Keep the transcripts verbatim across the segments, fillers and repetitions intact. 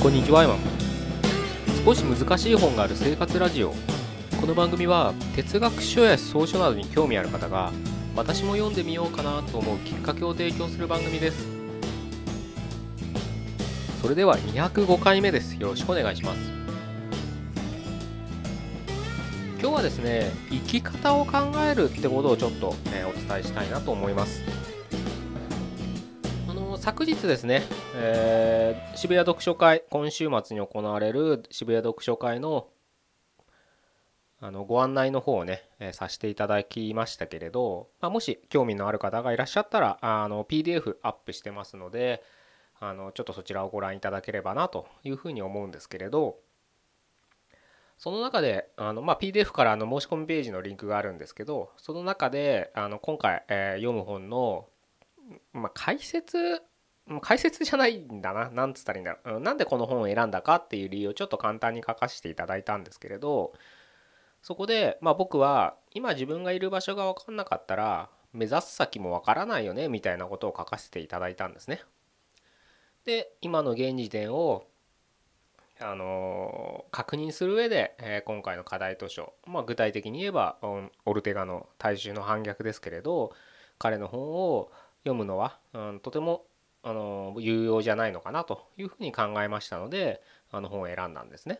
こんにちは、今少し難しい本がある生活ラジオ。この番組は哲学書や草書などに興味ある方が私も読んでみようかなと思うきっかけを提供する番組です。それではにひゃくごかいめです。よろしくお願いします。今日はですね、生き方を考えるってことをちょっと、ね、お伝えしたいなと思います。あの昨日ですね、えー渋谷読書会、今週末に行われる渋谷読書会のあのご案内の方をね、えーさせていただきましたけれど、まあ、もし興味のある方がいらっしゃったらあの ピーディーエフ アップしてますので、あのちょっとそちらをご覧いただければなというふうに思うんですけれど、その中であの、まあ、ピーディーエフ からあの申し込みページのリンクがあるんですけど、その中であの今回、えー読む本の、まあ、解説解説じゃないんだな、なんつったらいいんだろう、なんでこの本を選んだかっていう理由をちょっと簡単に書かせていただいたんですけれど、そこで、まあ、僕は今自分がいる場所が分かんなかったら目指す先も分からないよねみたいなことを書かせていただいたんですね。で、今の現時点を、あのー確認する上で、えー今回の課題図書、まあ、具体的に言えばオルテガの大衆の反逆ですけれど、彼の本を読むのは、うん、とても、あのー有用じゃないのかなというふうに考えましたので、あの本を選んだんですね。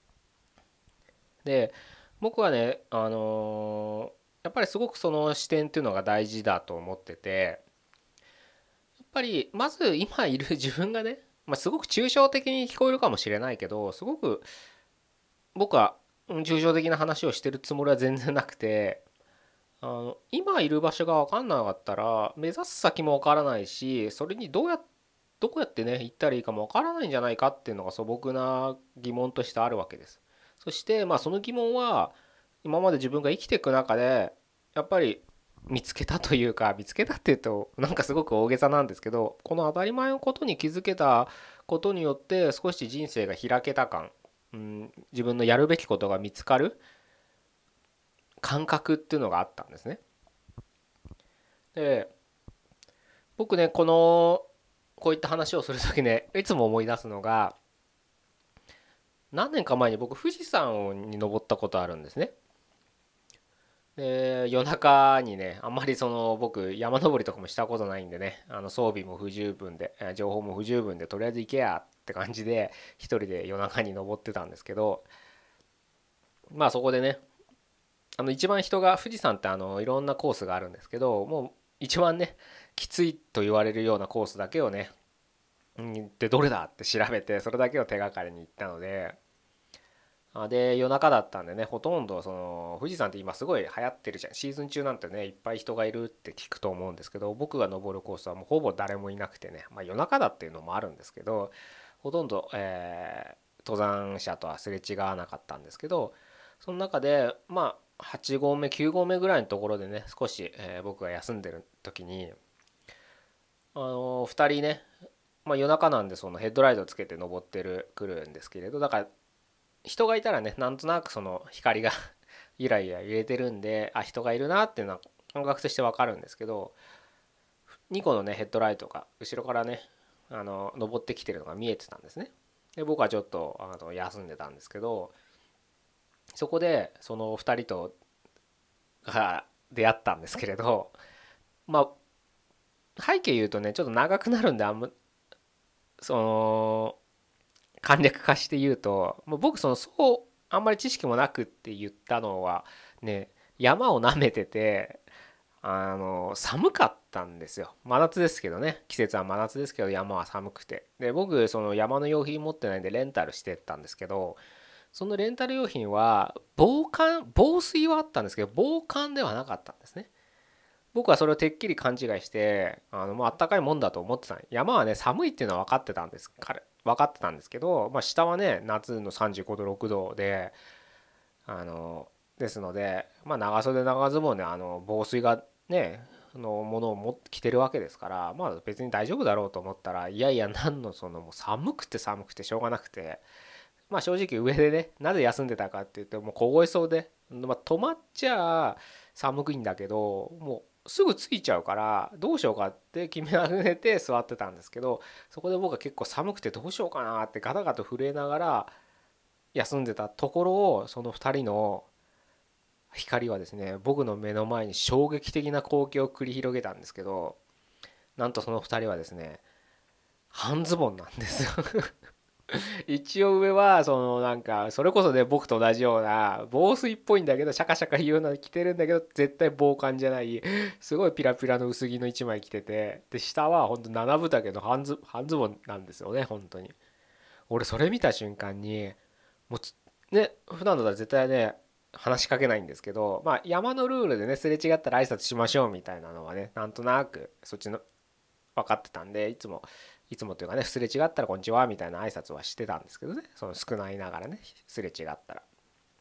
で、僕はね、あのーやっぱりすごくその視点っていうのが大事だと思ってて、やっぱりまず今いる自分がね、まあ、すごく抽象的に聞こえるかもしれないけど、すごく僕はうん抽象的な話をしてるつもりは全然なくて、あの今いる場所が分かんなかったら目指す先も分からないし、それにどうやどこやってね行ったらいいかも分からないんじゃないかっていうのが素朴な疑問としてあるわけです。そしてまあその疑問は今まで自分が生きていく中でやっぱり見つけたというか、見つけたっていうとなんかすごく大げさなんですけど、この当たり前のことに気づけたことによって少し人生が開けた感、うん、自分のやるべきことが見つかる感覚っていうのがあったんですね。で、僕ね、このこういった話をするときね、いつも思い出すのが、何年か前に僕富士山に登ったことあるんですね。で、夜中にね、あんまりその僕山登りとかもしたことないんでね、あの装備も不十分で、え情報も不十分で、とりあえず行けやって感じで一人で夜中に登ってたんですけど、まあそこでね、あの一番人が、富士山ってあのいろんなコースがあるんですけど、もう一番ねきついと言われるようなコースだけをね、んでどれだって調べて、それだけを手がかりに行ったので、あで夜中だったんでね、ほとんどその富士山って今すごい流行ってるじゃん、シーズン中なんてねいっぱい人がいるって聞くと思うんですけど、僕が登るコースはもうほぼ誰もいなくてね、まあ夜中だっていうのもあるんですけど、ほとんど、えー登山者とはすれ違わなかったんですけど、その中でまあはち合目きゅう合目ぐらいのところでね、少し、えー僕が休んでる時に、あのー、ふたりね、まあ、夜中なんでそのヘッドライトつけて登ってるくるんですけれど、だから人がいたらね、なんとなくその光がゆらゆら揺れてるんで、あ、人がいるなっていうのは感覚としてわかるんですけど、にこのねヘッドライトが後ろからね、あの登ってきてるのが見えてたんですね。で、僕はちょっとあの休んでたんですけど、そこでそのふたりとが出会ったんですけれど、まあ背景言うとねちょっと長くなるんで、あんまその簡略化して言うと、もう僕そのそうあんまり知識もなくって言ったのはね、山を舐めてて、あの寒かったんですよ。真夏ですけどね、季節は真夏ですけど山は寒くて、で僕その山の用品持ってないんでレンタルしてったんですけど、そのレンタル用品は防寒防水はあったんですけど防寒ではなかったんですね。僕はそれをてっきり勘違いして、あのもうあったかいもんだと思ってた。山はね寒いっていうのは分かってたんです、彼分かってたんですけど、まあ、下はね夏のさんじゅうごどろくどで、あのですので、まあ、長袖長ズボンであの防水がねのものを持ってきてるわけですから、まあ別に大丈夫だろうと思ったら、いやいや、何のそのもう寒くて寒くてしょうがなくて、まあ正直上でね、なぜ休んでたかっていうと、もう凍えそうで、まあ、止まっちゃ寒いんだけど、もすぐ着いちゃうからどうしようかって決めかねて座ってたんですけど、そこで僕は結構寒くてどうしようかなってガタガタ震えながら休んでたところを、そのふたりの光はですね、僕の目の前に衝撃的な光景を繰り広げたんですけど、なんとそのふたりはですね、半ズボンなんですよ。一応上はそのなんかそれこそね、僕と同じような防水っぽいんだけどシャカシャカ言うの着てるんだけど絶対防寒じゃないすごいピラピラの薄着のいちまい着てて、で下はほんと七分丈の半ズ半ズボンなんですよね。本当に俺それ見た瞬間にもうつね、普段だったら絶対ね話しかけないんですけど、まあ山のルールでね、すれ違ったら挨拶しましょうみたいなのはね、なんとなくそっちの分かってたんで、いつもいつもというかね、すれ違ったらこんにちはみたいな挨拶はしてたんですけどね、その少ないながらね、すれ違ったら、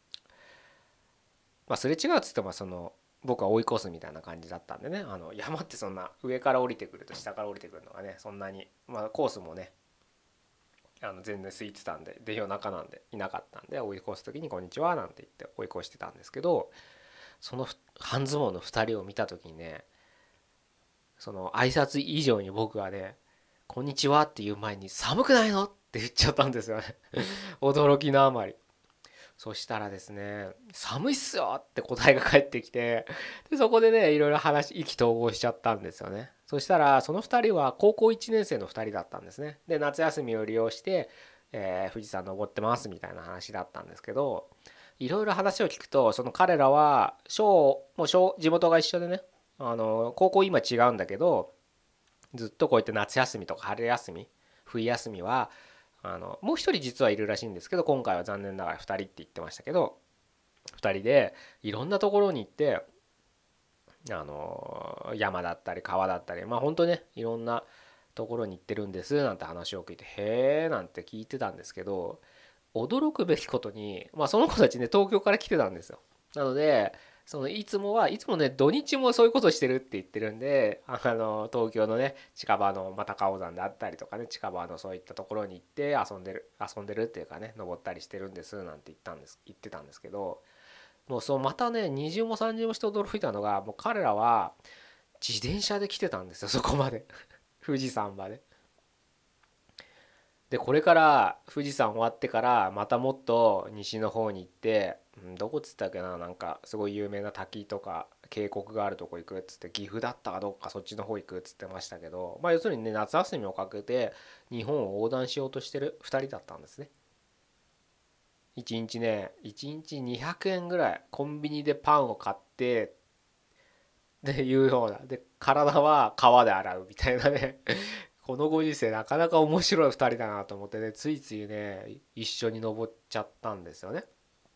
まあすれ違うっつってもその僕は追い越すみたいな感じだったんでね、あの山ってそんな上から降りてくると下から降りてくるのがね、そんなにまあコースもね、あの全然空いてたんで、で夜中なんでいなかったんで、追い越す時に「こんにちは」なんて言って追い越してたんですけど、その半ズボンのふたりを見た時にね、その挨拶以上に僕はね「こんにちは」っていう前に「寒くないの？」って言っちゃったんですよね。驚きのあまり。そしたらですね「寒いっすよ」って答えが返ってきて、でそこでねいろいろ話意気投合しちゃったんですよね。そしたらそのふたりは高校いちねん生のふたりだったんですね。で夏休みを利用して、えー富士山登ってますみたいな話だったんですけど、いろいろ話を聞くと、その彼らは小もう小地元が一緒でね、あの高校今違うんだけど、ずっとこうやって夏休みとか春休み冬休みはあのもう一人実はいるらしいんですけど、今回は残念ながらふたりって言ってましたけど、ふたりでいろんなところに行って、あの山だったり川だったり、まあ本当ねいろんなところに行ってるんですなんて話を聞いて、へえなんて聞いてたんですけど、驚くべきことに、まあ、その子たちね東京から来てたんですよ。なのでそのいつもはいつもね土日もそういうことしてるって言ってるんで、あの東京のね近場の、まあ、高尾山であったりとかね、近場のそういったところに行って遊んでる遊んでるっていうかね、登ったりしてるんですなんて言ったんです言ってたんですけど、もうそうまたね二重も三重もして驚いたのが、もう彼らは自転車で来てたんですよ、そこまで。富士山まで。でこれから富士山終わってからまたもっと西の方に行って、うん、どこっつったっけな、なんかすごい有名な滝とか渓谷があるとこ行くっつって、岐阜だったかどっかそっちの方行くっつってましたけど、まあ要するにね夏休みをかけて日本を横断しようとしてるふたりだったんですね。いちにちねいちにちにひゃくえんぐらいコンビニでパンを買ってっていうような、で体は川で洗うみたいなね。このご時世なかなか面白いふたりだなと思ってね、ついついね一緒に登っちゃったんですよね。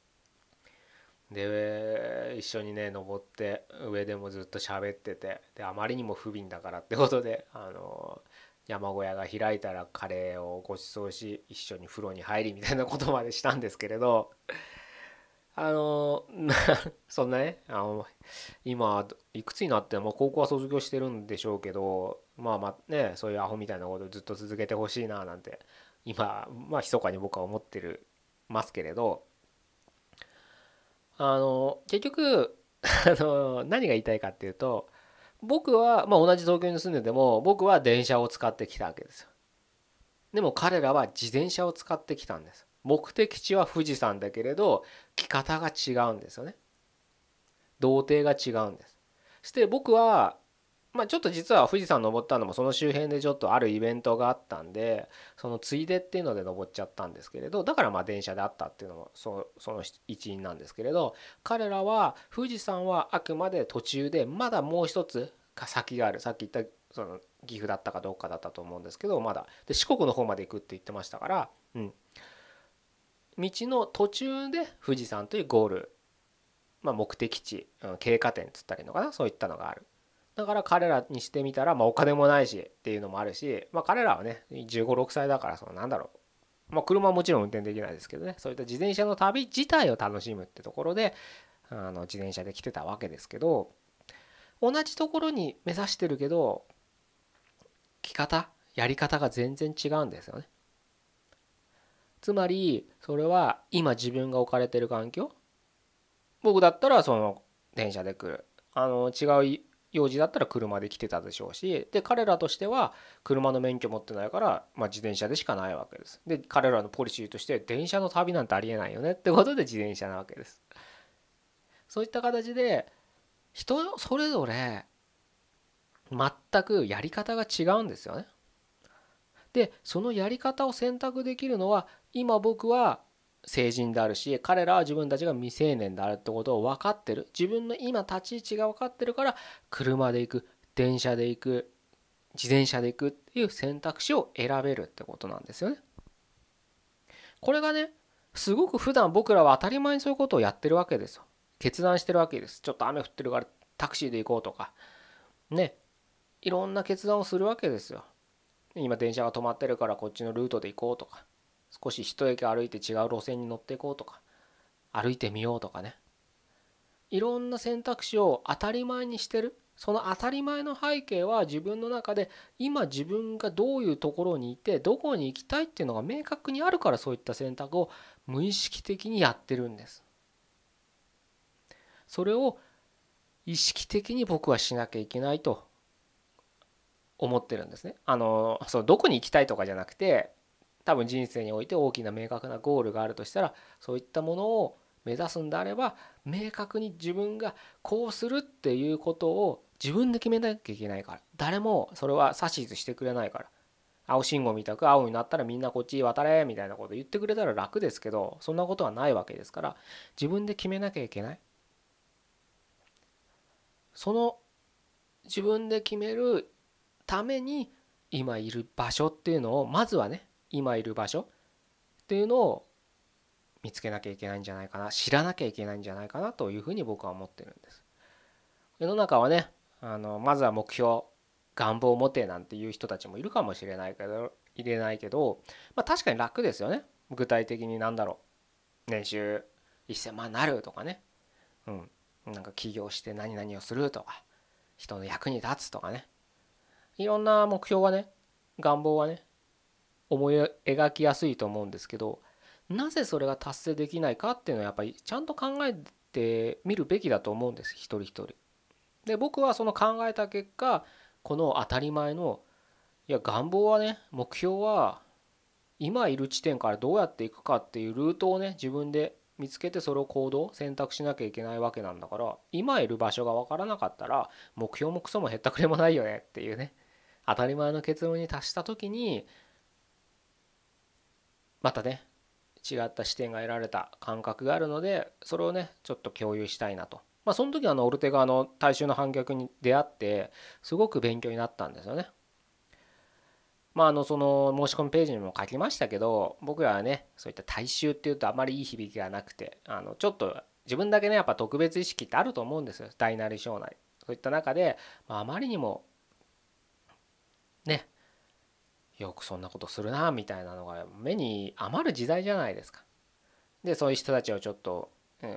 で一緒にね登って上でもずっと喋ってて、であまりにも不憫だからってことで、あの山小屋が開いたらカレーをご馳走し一緒に風呂に入りみたいなことまでしたんですけれど、あのそんなね、あの今いくつになっても高校は卒業してるんでしょうけど、まあまあねそういうアホみたいなことをずっと続けてほしいななんて今まあ密かに僕は思ってるますけれど、あの結局あの何が言いたいかっていうと、僕はまあ同じ東京に住んでても僕は電車を使ってきたわけですよ。でも彼らは自転車を使ってきたんです。目的地は富士山だけれど来方が違うんですよね。童貞が違うんです。そして僕はまあちょっと実は富士山登ったのもその周辺でちょっとあるイベントがあったんで、そのついでっていうので登っちゃったんですけれど、だからまあ電車であったっていうのもそその一因なんですけれど、彼らは富士山はあくまで途中でまだもう一つか先がある、さっき言ったその岐阜だったかどうかだったと思うんですけど、まだで四国の方まで行くって言ってましたから、うん、道の途中で富士山というゴール、まあ、目的地、うん、経過点っつったらいいのかな、そういったのがある。だから彼らにしてみたら、まあ、お金もないしっていうのもあるし、まあ、彼らはねじゅうご、ろくさいだから、そのなんだろう、まあ、車はもちろん運転できないですけどね、そういった自転車の旅自体を楽しむってところであの自転車で来てたわけですけど、同じところに目指してるけど着方やり方が全然違うんですよね。つまりそれは今自分が置かれてる環境、僕だったらその電車で来る、あの違う用事だったら車で来てたでしょうし、で彼らとしては車の免許持ってないから、まあ、自転車でしかないわけです。で彼らのポリシーとして電車の旅なんてありえないよねってことで自転車なわけです。そういった形で人それぞれ全くやり方が違うんですよね。でそのやり方を選択できるのは、今僕は成人であるし、彼らは自分たちが未成年であるってことを分かってる、自分の今立ち位置が分かってるから、車で行く、電車で行く、自転車で行くっていう選択肢を選べるってことなんですよね。これがね、すごく普段僕らは当たり前にそういうことをやってるわけですよ。決断してるわけです。ちょっと雨降ってるからタクシーで行こうとかね、いろんな決断をするわけですよ。今電車が止まってるからこっちのルートで行こうとか、少し一駅歩いて違う路線に乗っていこうとか、歩いてみようとかね、いろんな選択肢を当たり前にしてる。その当たり前の背景は、自分の中で今自分がどういうところにいてどこに行きたいっていうのが明確にあるから、そういった選択を無意識的にやってるんです。それを意識的に僕はしなきゃいけないと思ってるんですね。あのそうどこに行きたいとかじゃなくて、多分人生において大きな明確なゴールがあるとしたら、そういったものを目指すんであれば、明確に自分がこうするっていうことを自分で決めなきゃいけないから。誰もそれは指図してくれないから。青信号みたく青になったらみんなこっち渡れみたいなこと言ってくれたら楽ですけど、そんなことはないわけですから、自分で決めなきゃいけない。その自分で決めるために、今いる場所っていうのを、まずはね、今いる場所っていうのを見つけなきゃいけないんじゃないかな、知らなきゃいけないんじゃないかなというふうに僕は思ってるんです。世の中はね、あのまずは目標、願望を持てなんていう人たちもいるかもしれないけど入れないけど、まあ、確かに楽ですよね。具体的になんだろう、年収せんまんになるとかね、うん、なんか起業して何々をするとか、人の役に立つとかね、いろんな目標はね、願望はね、思い描きやすいと思うんですけど、なぜそれが達成できないかっていうのはやっぱりちゃんと考えてみるべきだと思うんです、一人一人。で僕はその考えた結果、この当たり前の、いや願望はね、目標は今いる地点からどうやっていくかっていうルートをね、自分で見つけて、それを行動選択しなきゃいけないわけなんだから、今いる場所が分からなかったら目標もクソもへったくれもないよねっていうね、当たり前の結論に達した時に、またね、違った視点が得られた感覚があるので、それをねちょっと共有したいなと。まあその時はあのオルテガの大衆の反逆に出会って、すごく勉強になったんですよね。まああのその申し込みページにも書きましたけど、僕らはねそういった大衆っていうとあまりいい響きがなくて、あのちょっと自分だけねやっぱ特別意識ってあると思うんですよ、大なり小なり。そういった中で、まあ、あまりにもね、よくそんなことするなみたいなのが目に余る時代じゃないですか。でそういう人たちをちょっと、うん、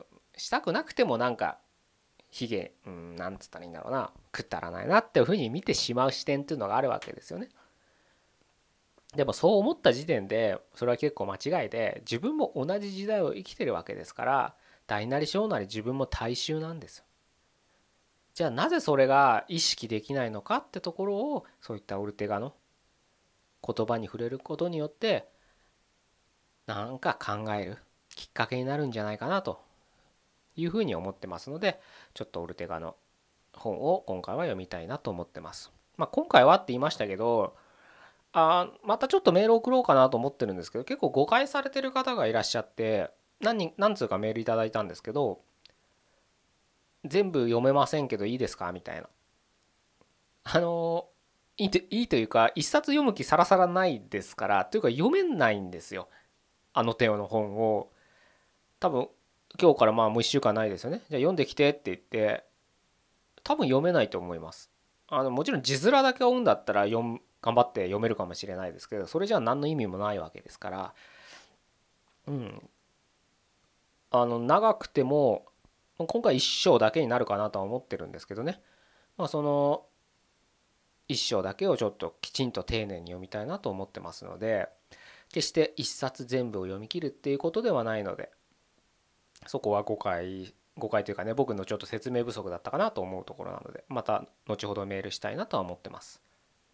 したくなくてもなんかひげ、うん、なんつったらいいんだろうな、くったらないなっていうふうに見てしまう視点っていうのがあるわけですよね。でもそう思った時点でそれは結構間違いで、自分も同じ時代を生きてるわけですから、大なり小なり自分も大衆なんですよ。じゃあなぜそれが意識できないのかってところを、そういったオルテガの言葉に触れることによってなんか考えるきっかけになるんじゃないかなというふうに思ってますので、ちょっとオルテガの本を今回は読みたいなと思ってます。まあ、今回はって言いましたけど、あまたちょっとメール送ろうかなと思ってるんですけど、結構誤解されてる方がいらっしゃって、何人何通かメールいただいたんですけど、全部読めませんけどいいですかみたいな。あのいいといいというか、一冊読む気さらさらないですから、というか読めないんですよ、あの手の本を。多分今日からまあもういっしゅうかんないですよね。じゃあ読んできてって言って、多分読めないと思います。あのもちろん字面だけ追うんだったら読む頑張って読めるかもしれないですけど、それじゃ何の意味もないわけですから、うん、あの長くても今回いっ章だけになるかなとは思ってるんですけどね、まあ、そのいっ章だけをちょっときちんと丁寧に読みたいなと思ってますので、決して一冊全部を読み切るっていうことではないので、そこは誤解誤解というかね、僕のちょっと説明不足だったかなと思うところなので、また後ほどメールしたいなとは思ってます。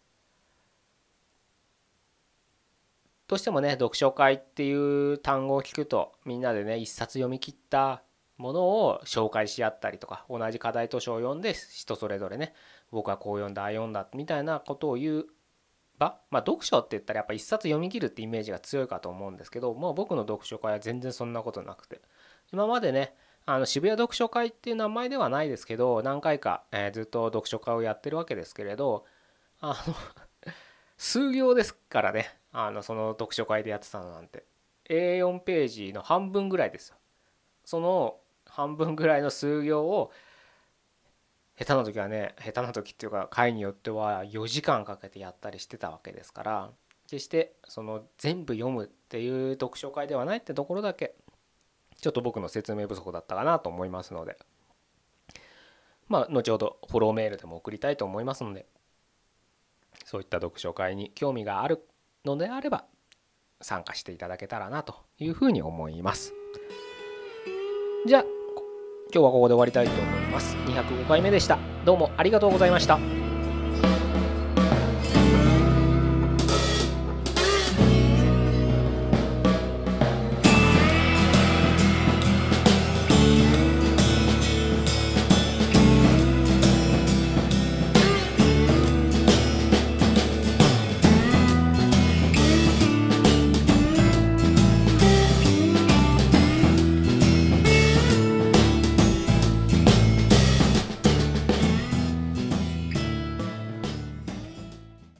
どうしてもね、読書会っていう単語を聞くと、みんなでね、一冊読み切ったものを紹介し合ったりとか、同じ課題図書を読んで人それぞれね、僕はこう読んだああ読んだみたいなことを言う場、まあ読書って言ったらやっぱ一冊読み切るってイメージが強いかと思うんですけど、もう僕の読書会は全然そんなことなくて、今までね、あの渋谷読書会っていう名前ではないですけど、何回か、えーずっと読書会をやってるわけですけれど、あの数行ですからね、あのその読書会でやってたのなんて エーよん ページの半分ぐらいですよ。その半分ぐらいの数行を、下手な時はね、下手な時っていうか会によってはよじかんかけてやったりしてたわけですから、決してその全部読むっていう読書会ではないってところだけちょっと僕の説明不足だったかなと思いますので、まあ後ほどフォローメールでも送りたいと思いますので、そういった読書会に興味があるのであれば参加していただけたらなというふうに思います。じゃあ今日はここで終わりたいと思います。にひゃくごかいめでした。どうもありがとうございました。